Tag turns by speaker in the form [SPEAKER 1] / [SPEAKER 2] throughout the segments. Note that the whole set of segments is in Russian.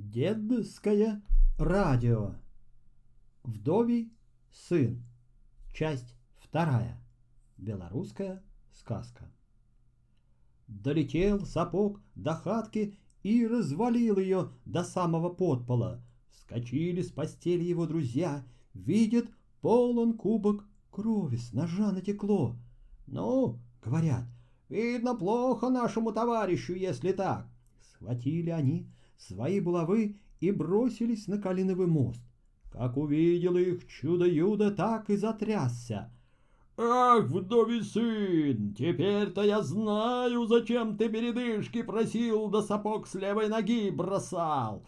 [SPEAKER 1] Дедское радио. Вдовий сын. Часть 2. Белорусская сказка. Долетел сапог до хатки и развалил ее до самого подпола. Вскочили с постели его друзья, видят, полон кубок крови, с ножа натекло. «Ну, — говорят, — видно плохо нашему товарищу, если так». Схватили они свои булавы и бросились на Калиновый мост. Как увидел их чудо-юдо, так и затрясся. «Ах, вдовий сын, теперь-то я знаю, зачем ты передышки просил, да сапог с левой ноги бросал.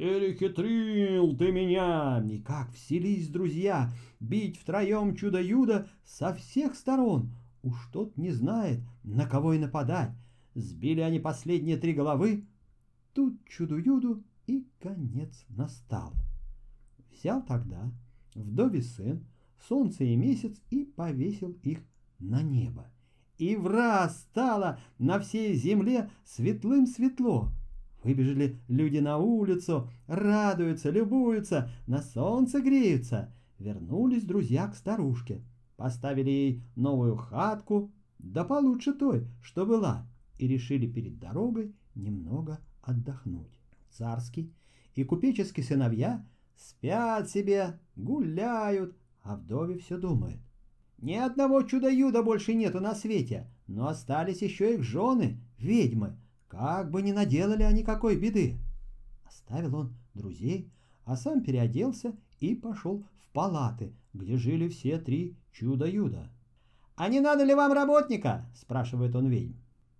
[SPEAKER 1] Перехитрил ты меня!» И как взялись друзья бить втроем чудо-юдо со всех сторон. Уж тот не знает, на кого и нападать. Сбили они последние 3 головы. Тут чудо-юду и конец настал. Взял тогда вдовий сын солнце и месяц и повесил их на небо. И враз стало на всей земле светлым-светло. Выбежали люди на улицу, радуются, любуются, на солнце греются. Вернулись друзья к старушке, поставили ей новую хатку, да получше той, что была, и решили перед дорогой немного отдохнуть. Царский и купеческий сыновья спят себе, гуляют, а вдове все думает. Ни одного чудо-юда больше нету на свете, но остались еще их жены, ведьмы. Как бы ни наделали они какой беды. Оставил он друзей, а сам переоделся и пошел в палаты, где жили все 3 чудо-юда. «А не надо ли вам работника?» — спрашивает он ведьм.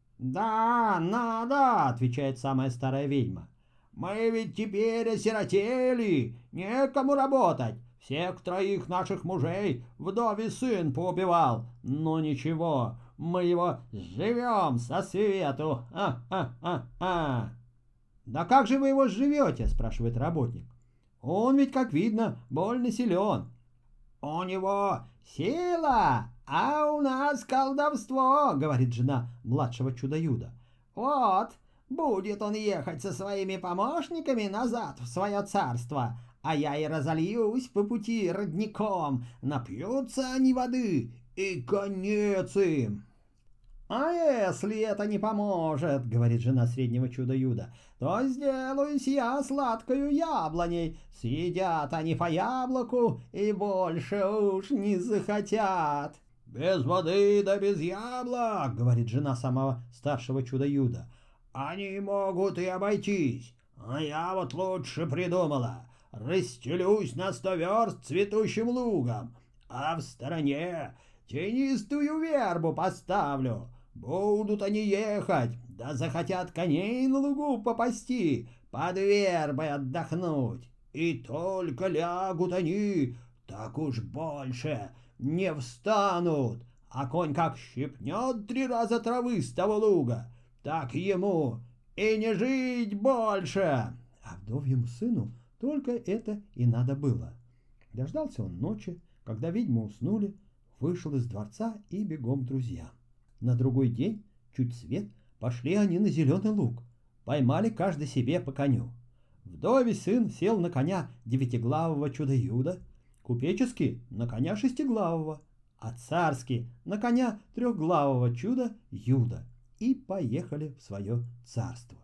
[SPEAKER 1] «Да, надо», — отвечает самая старая ведьма. «Мы ведь теперь осиротели, некому работать. Всех 3 наших мужей вдовий сын поубивал. Но ничего, мы его живем со свету. А-а-а-а!» «Да как же вы его живете?» — спрашивает работник. «Он ведь, как видно, больно силен». «У него сила, а у нас колдовство», — говорит жена младшего чудо-юда. «Вот, будет он ехать со своими помощниками назад в свое царство, а я и разольюсь по пути родником, напьются они воды, и конец им». «А если это не поможет, — говорит жена среднего чудо-юда, — то сделаюсь я сладкою яблоней, съедят они по яблоку и больше уж не захотят». «Без воды да без яблок, — говорит жена самого старшего чудо-юда, — они могут и обойтись, а я вот лучше придумала. Расстелюсь на 100 верст цветущим лугом, а в стороне тенистую вербу поставлю. Будут они ехать, да захотят коней на лугу попасти, под вербой отдохнуть. И только лягут они, так уж больше не встанут. А конь как щипнет 3 раза травы с того луга, так ему и не жить больше». А вдовьему сыну только это и надо было. Дождался он ночи, когда ведьмы уснули, вышел из дворца и бегом друзья. На другой день, чуть свет, пошли они на зеленый луг. Поймали каждый себе по коню. Вдовий сын сел на коня 9-главого чудо-юда, купеческий на коня 6-главого, а царский на коня 3-главого чудо-юда, и поехали в свое царство.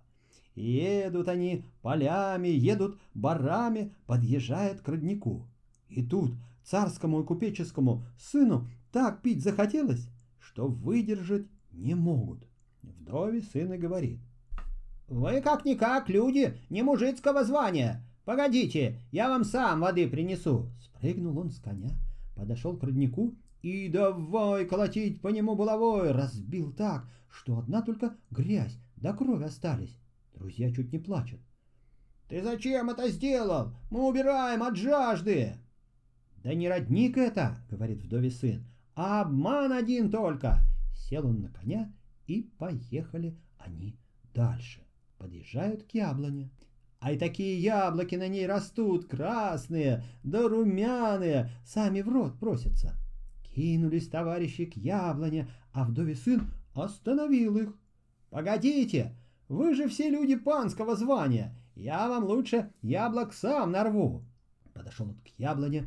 [SPEAKER 1] Едут они полями, едут барами, подъезжают к роднику. И тут царскому и купеческому сыну так пить захотелось, что выдержать не могут. Вдовий сын и говорит: «Вы как-никак люди не мужицкого звания. Погодите, я вам сам воды принесу». Спрыгнул он с коня, подошел к роднику и давай колотить по нему булавой. Разбил так, что одна только грязь да кровь остались. Друзья чуть не плачут. «Ты зачем это сделал? Мы убираем от жажды». «Да не родник это, — говорит вдовий сын, — а обман один только». Сел он на коня, и поехали они дальше. Подъезжают к яблоне. А и такие яблоки на ней растут, красные да румяные, сами в рот просятся. Кинулись товарищи к яблоне, а вдовий сын остановил их. «Погодите, вы же все люди панского звания, Я вам лучше яблок сам нарву. Подошел он к яблоне,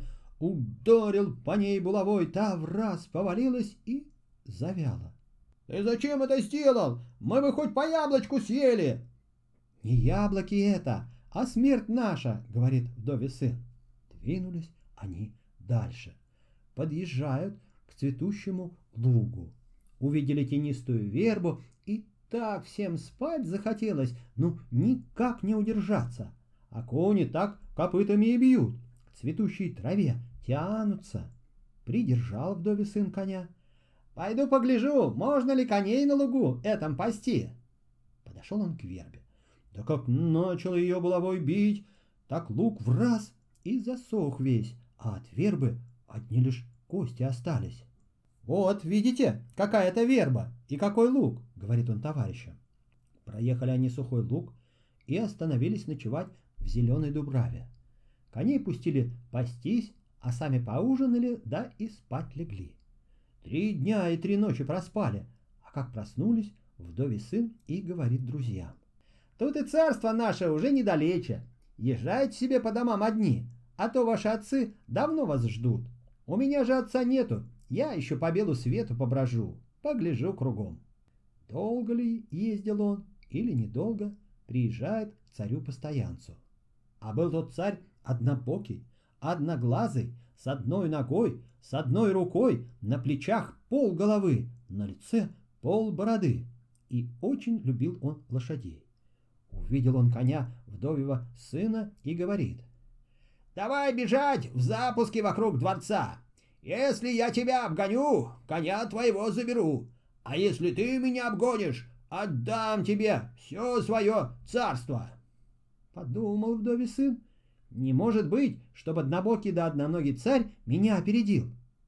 [SPEAKER 1] ударил по ней булавой, та враз повалилась и завяла. «Ты зачем это сделал? Мы бы хоть по яблочку съели!» «Не яблоки это, а смерть наша», — говорит вдове сын. Двинулись они дальше. Подъезжают к цветущему лугу. Увидели тенистую вербу, и так всем спать захотелось, ну никак не удержаться. А кони так копытами и бьют, к цветущей траве тянутся. Придержал вдове сын коня. «Пойду погляжу, можно ли коней на лугу этом пасти». Подошел он к вербе. Да как начал ее булавой бить, так луг враз и засох весь, а от вербы одни лишь кости остались. «Вот, видите, какая это верба и какой луг», — говорит он товарищам. Проехали они сухой луг и остановились ночевать в зеленой дубраве. Коней пустили пастись, а сами поужинали, да и спать легли. 3 дня и 3 ночи проспали, а как проснулись, вдове сын и говорит друзьям. «Тут и царство наше уже недалече. Езжайте себе по домам одни, а то ваши отцы давно вас ждут. У меня же отца нету, я еще по белу свету поброжу, погляжу кругом». Долго ли ездил он или недолго, приезжает к царю-постоянцу. А был тот царь однобокий, одноглазый, с одной ногой, с одной рукой, на плечах полголовы, на лице полбороды. И очень любил он лошадей. Увидел он коня вдовьего сына и говорит: «Давай бежать в запуске вокруг дворца. Если я тебя обгоню, коня твоего заберу. А если ты меня обгонишь, отдам тебе все свое царство». Подумал вдове сын: не может быть, чтобы однобокий да одноногий царь меня опередил.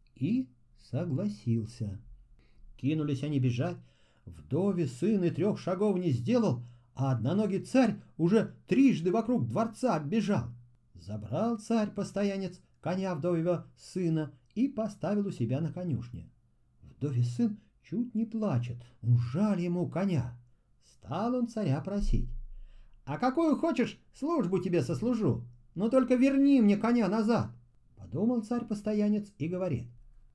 [SPEAKER 1] И согласился. Кинулись они бежать. Вдове сын и 3 шагов не сделал, а одноногий царь уже 3 вокруг дворца оббежал. Забрал царь-постоянец коня вдовьего сына и поставил у себя на конюшне. Вдове сын чуть не плачет, жаль ему коня. Стал он царя просить: «А какую хочешь службу тебе сослужу? Но только верни мне коня назад». Подумал царь-постоянец и говорит: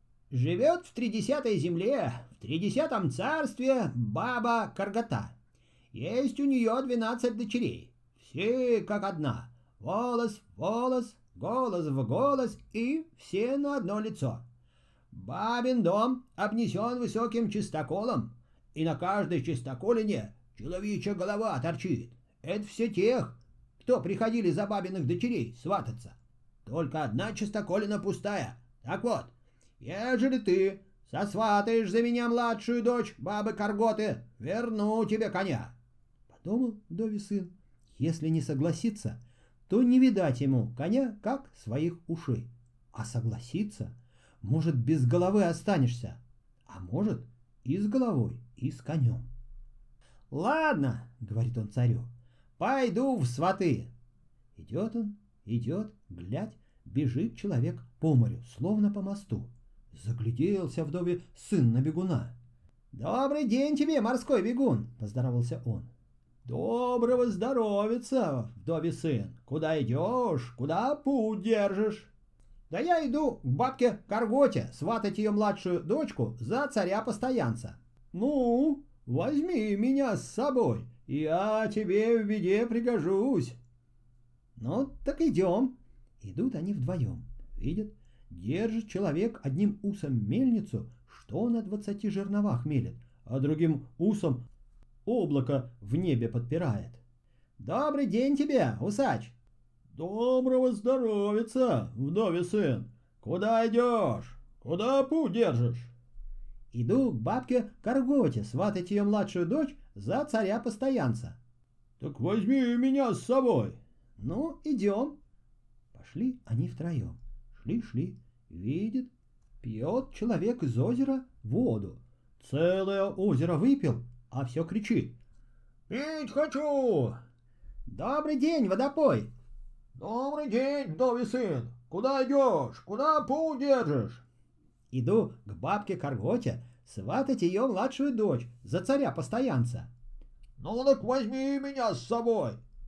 [SPEAKER 1] «Живет в 30-й земле, в 30-м царстве баба Каргота. Есть у нее 12 дочерей, все как одна, волос в волос, голос в голос и все на одно лицо. Бабин дом обнесен высоким чистоколом, и на каждой чистоколине человечья голова торчит. Это все тех, кто приходили за бабиных дочерей свататься. Только одна чистоколина пустая. Так вот, ежели ты сосватаешь за меня младшую дочь бабы Карготы, верну тебе коня». Подумал вдове сын: если не согласится, то не видать ему коня, как своих ушей. А согласится, может, без головы останешься, а может, и с головой, и с конем. «Ладно, — говорит он царю, — пойду в сваты». Идет он, идет, глядь, бежит человек по морю, словно по мосту. Загляделся вдове сын на бегуна. «Добрый день тебе, морской бегун!» — поздоровался он. «Доброго здоровица, вдове сын! Куда идешь? Куда путь держишь?» «Да я иду к бабке Карготе сватать ее младшую дочку за царя-постоянца». «Ну, возьми меня с собой, я тебе в беде пригожусь». «Ну, так идем». Идут они вдвоем. Видят, держит человек одним усом мельницу, что на 20 жерновах мелет, а другим усом облако в небе подпирает. «Добрый день тебе, усач!» «Доброго здоровица, вдове сын! Куда идешь? Куда путь держишь?» «Иду к бабке Карготе сватать ее младшую дочь за царя-постоянца». «Так возьми меня с собой». «Ну, идем». Пошли они втроем. Шли, видит, пьет человек из озера воду. Целое озеро выпил, а все кричит: «Пить хочу!» «Добрый день, водопой!» «Добрый день, вдове сын! Куда идешь? Куда путь держишь?» «Иду к бабке Карготе сватать ее младшую дочь за царя-постоянца». «Ну так возьми меня с собой».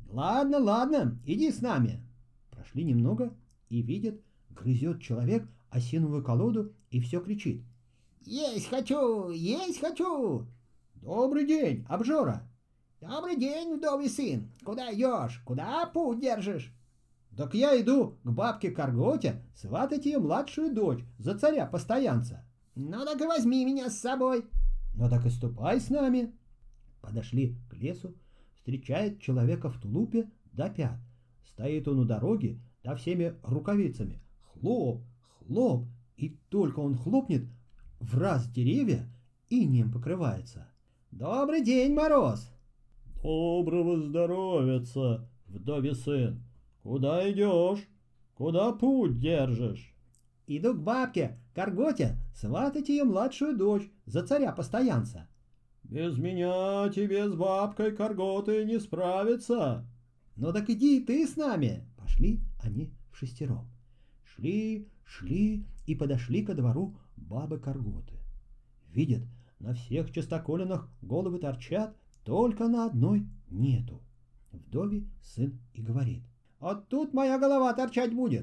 [SPEAKER 1] Ладно, ладно, иди с нами. Прошли немного и видят, грызет человек осиновую колоду и все кричит. Есть хочу, есть хочу. Добрый день, обжора. Добрый день, вдовий сын. Куда идешь? Куда путь держишь? Так я иду к бабке Карготе сватать ее младшую дочь за царя-постоянца. Ну так и возьми меня с собой. Ну так и ступай с нами. Подошли к лесу, встречает человека в тулупе до пят. Стоит он у дороги, да всеми рукавицами. Хлоп, хлоп, и только он хлопнет, в раз деревья инеем покрывается. Добрый день, Мороз. Доброго здоровица, вдовий сын. Куда идешь? Куда путь держишь? Иду к бабке Карготе сватать ее младшую дочь за царя-постоянца. Без меня тебе с бабкой Карготой не справиться. Ну так иди и ты с нами. Пошли они вшестером. Шли, шли и подошли ко двору бабы Карготы. Видят, на всех частоколинах головы торчат, только на одной нету. Вдовий сын и говорит. Вот тут моя голова торчать будет.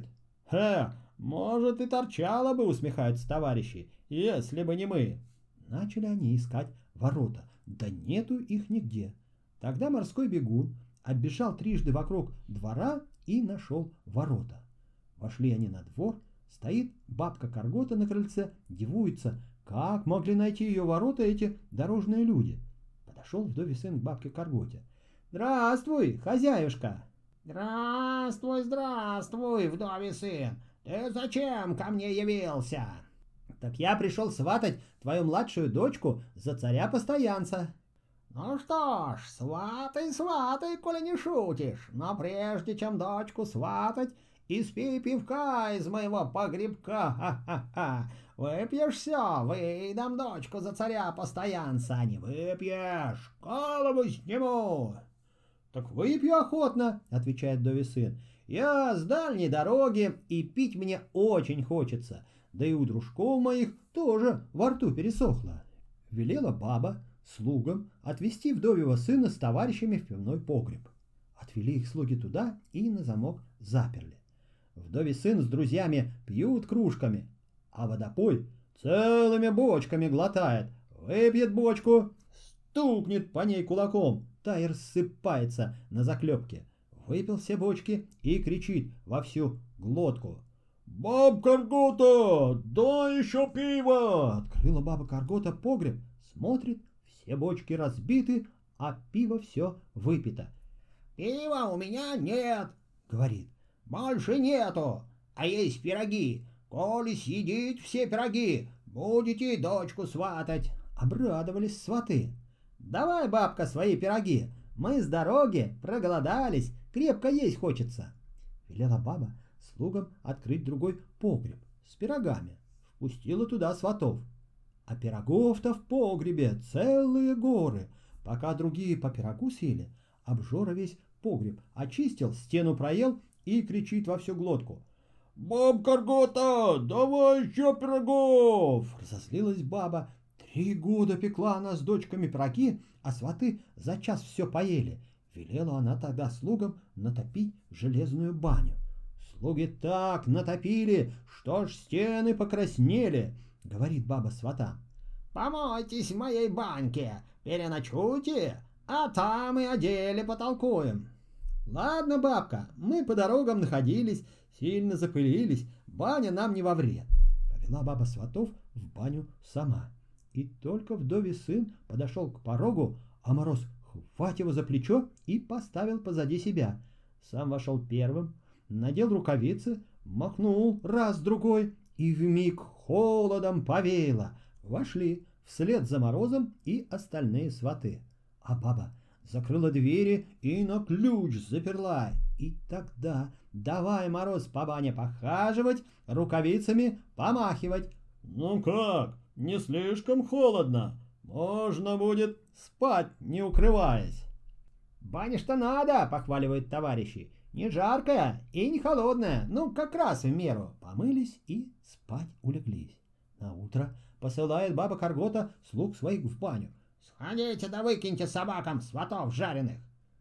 [SPEAKER 1] Может и торчала бы, усмехаются товарищи, если бы не мы. Начали они искать ворота, да нету их нигде. Тогда морской бегун оббежал трижды вокруг двора и нашел ворота. Вошли они на двор, стоит бабка Каргота на крыльце, дивуется, как могли найти ее ворота эти дорожные люди. Подошел вдовий сын к бабке Карготе. Здравствуй, хозяюшка. Здравствуй, здравствуй, вдовий сын. Ты зачем ко мне явился? Так я пришел сватать твою младшую дочку за царя-постоянца. Ну что ж, сватай, сватай, коли не шутишь. Но прежде чем дочку сватать, испей пивка из моего погребка. Ха-ха-ха. Выпьешь все, выдам дочку за царя-постоянца. Не выпьешь, голову сниму. Так выпью охотно, отвечает вдовий сын. Я с дальней дороги, и пить мне очень хочется. Да и у дружков моих тоже во рту пересохло. Велела баба слугам отвезти вдовьего сына с товарищами в пивной погреб. Отвели их слуги туда и на замок заперли. Вдовий сын с друзьями пьют кружками, а водопой целыми бочками глотает. Выпьет бочку, стукнет по ней кулаком, та и рассыпается на заклепке. Выпил все бочки и кричит во всю глотку. «Бабка Каргота, дай еще пиво!» Открыла баба Каргота погреб, смотрит, все бочки разбиты, а пиво все выпито. «Пива у меня нет», — говорит, — «больше нету, а есть пироги. Коли съедите все пироги, будете дочку сватать». Обрадовались сваты. «Давай, бабка, свои пироги, мы с дороги проголодались, крепко есть хочется». Велела баба слугам открыть другой погреб с пирогами, впустила туда сватов. А пирогов-то в погребе целые горы. Пока другие по пирогу съели, обжора весь погреб очистил, стену проел и кричит во всю глотку. «Баб Каргота, давай еще пирогов!» Разозлилась баба. 3 года пекла она с дочками пироги, а сваты за час все поели. Велела она тогда слугам натопить железную баню. Слуги так натопили, что аж стены покраснели. Говорит баба сватам. «Помойтесь в моей баньке, переночуйте, а там и о деле потолкуем». «Ладно, бабка, мы по дорогам находились, сильно запылились, баня нам не во вред». Повела баба сватов в баню сама. И только вдовий сын подошел к порогу, а Мороз хватил его за плечо и поставил позади себя. Сам вошел первым, надел рукавицы, махнул раз-другой, и вмиг холодом повеяло. Вошли вслед за Морозом и остальные сваты. А баба закрыла двери и на ключ заперла. И тогда давай, Мороз, по бане похаживать, рукавицами помахивать. «Ну как, не слишком холодно? Можно будет спать, не укрываясь». «Баня-что надо», — похваливают товарищи. «Не жаркая и не холодная, ну как раз в меру». Помылись и спать улеглись. Наутро посылает баба Каргота слуг своих в баню. «Сходите да выкиньте собакам сватов жареных».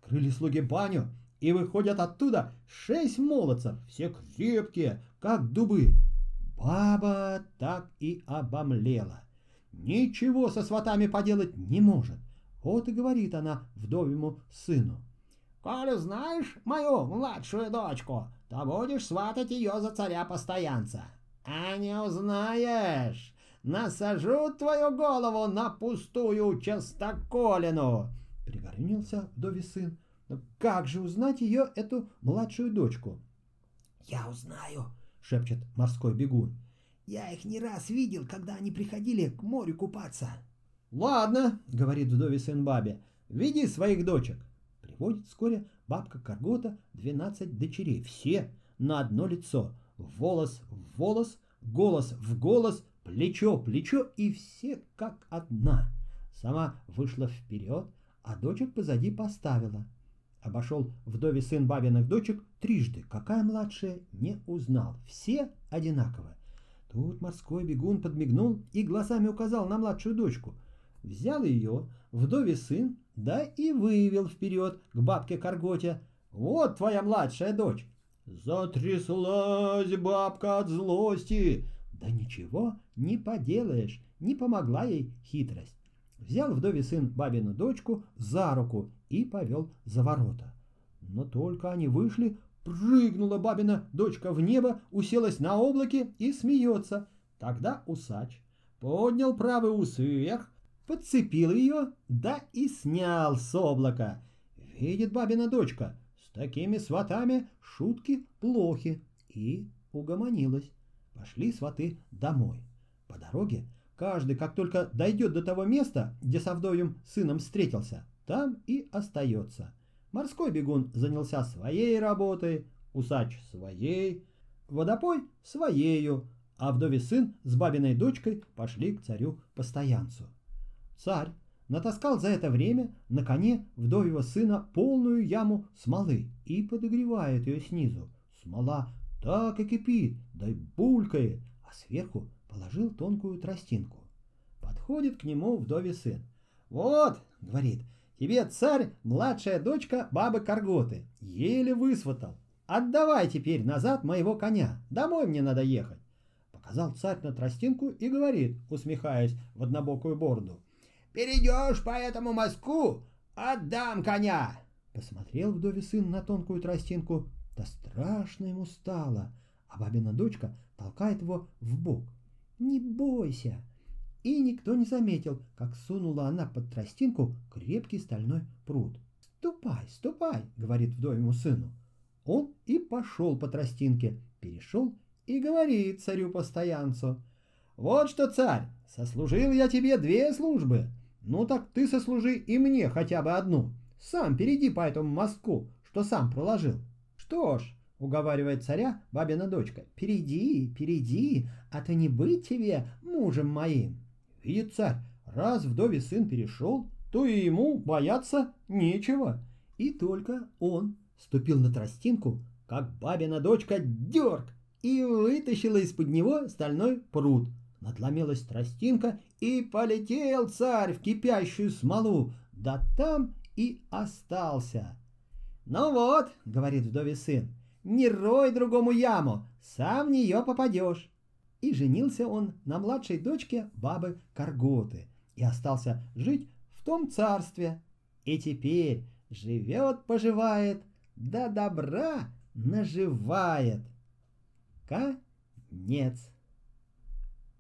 [SPEAKER 1] Открыли слуги баню, и выходят оттуда 6 молодцев, все крепкие, как дубы. Баба так и обомлела. Ничего со сватами поделать не может. Вот и говорит она вдовьему сыну:
[SPEAKER 2] «Коли знаешь мою младшую дочку, то будешь сватать ее за царя-постоянца. А не узнаешь, насажу твою голову на пустую частоколину!»
[SPEAKER 1] Пригорюнился вдовий сын. Но как же узнать ее, эту младшую дочку?
[SPEAKER 2] «Я узнаю»,
[SPEAKER 1] — шепчет морской бегун.
[SPEAKER 2] «Я их не раз видел, когда они приходили к морю купаться».
[SPEAKER 1] «Ладно», — говорит вдовий сын бабе, — «веди своих дочек». Приводит вскоре бабка Каргота 12 дочерей, все на одно лицо, волос в волос, голос в голос, плечо в плечо, и все как одна. Сама вышла вперед, а дочек позади поставила. Обошел вдовий сын бабиных дочек трижды, какая младшая, не узнал, все одинаковые. Тут морской бегун подмигнул и глазами указал на младшую дочку. Взял ее вдовий сын, да и вывел вперед к бабке Карготе. «Вот твоя младшая дочь!» Затряслась бабка от злости. Да ничего не поделаешь, не помогла ей хитрость. Взял вдовий сын бабину дочку за руку и повел за ворота. Но только они вышли, прыгнула бабина дочка в небо, уселась на облаке и смеется. Тогда усач поднял правый ус вверх, подцепил ее, да и снял с облака. Видит бабина дочка, с такими сватами шутки плохи, и угомонилась. Пошли сваты домой. По дороге каждый, как только дойдет до того места, где со вдовьим сыном встретился, там и остается. Морской бегун занялся своей работой, усач своей, водопой своею, а вдовий сын с бабиной дочкой пошли к царю-постоянцу. Царь натаскал за это время на коне вдовьего сына полную яму смолы и подогревает ее снизу. Смола так и кипит, да и булькает, а сверху положил тонкую тростинку. Подходит к нему вдовий сын. «Вот, — говорит, — тебе царь младшая дочка бабы Карготы, еле высватал. Отдавай теперь назад моего коня, домой мне надо ехать». Показал царь на тростинку и говорит, усмехаясь в однобокую бороду:
[SPEAKER 2] «Перейдешь по этому мостку, отдам коня!»
[SPEAKER 1] Посмотрел вдовий сын на тонкую тростинку, да страшно ему стало, а бабина дочка толкает его в бок. «Не бойся!» И никто не заметил, как сунула она под тростинку крепкий стальной прут. «Ступай, ступай!» — говорит вдовьему сыну. Он и пошел по тростинке, перешел и говорит царю-постоянцу: «Вот что, царь, сослужил я тебе 2 службы. Ну так ты сослужи и мне хотя бы одну. Сам перейди по этому мостку, что сам проложил». «Что ж, — уговаривает царя бабина дочка, — перейди, перейди, а то не быть тебе мужем моим». Видит царь, раз вдовий сын перешел, то и ему бояться нечего. И только он ступил на тростинку, как бабина дочка дерг, и вытащила из-под него стальной прут. Надломилась тростинка, и полетел царь в кипящую смолу, да там и остался. «Ну вот, — говорит вдовий сын, — не рой другому яму, сам в нее попадешь». И женился он на младшей дочке бабы Карготы и остался жить в том царстве. И теперь живет-поживает, да добра наживает. Конец.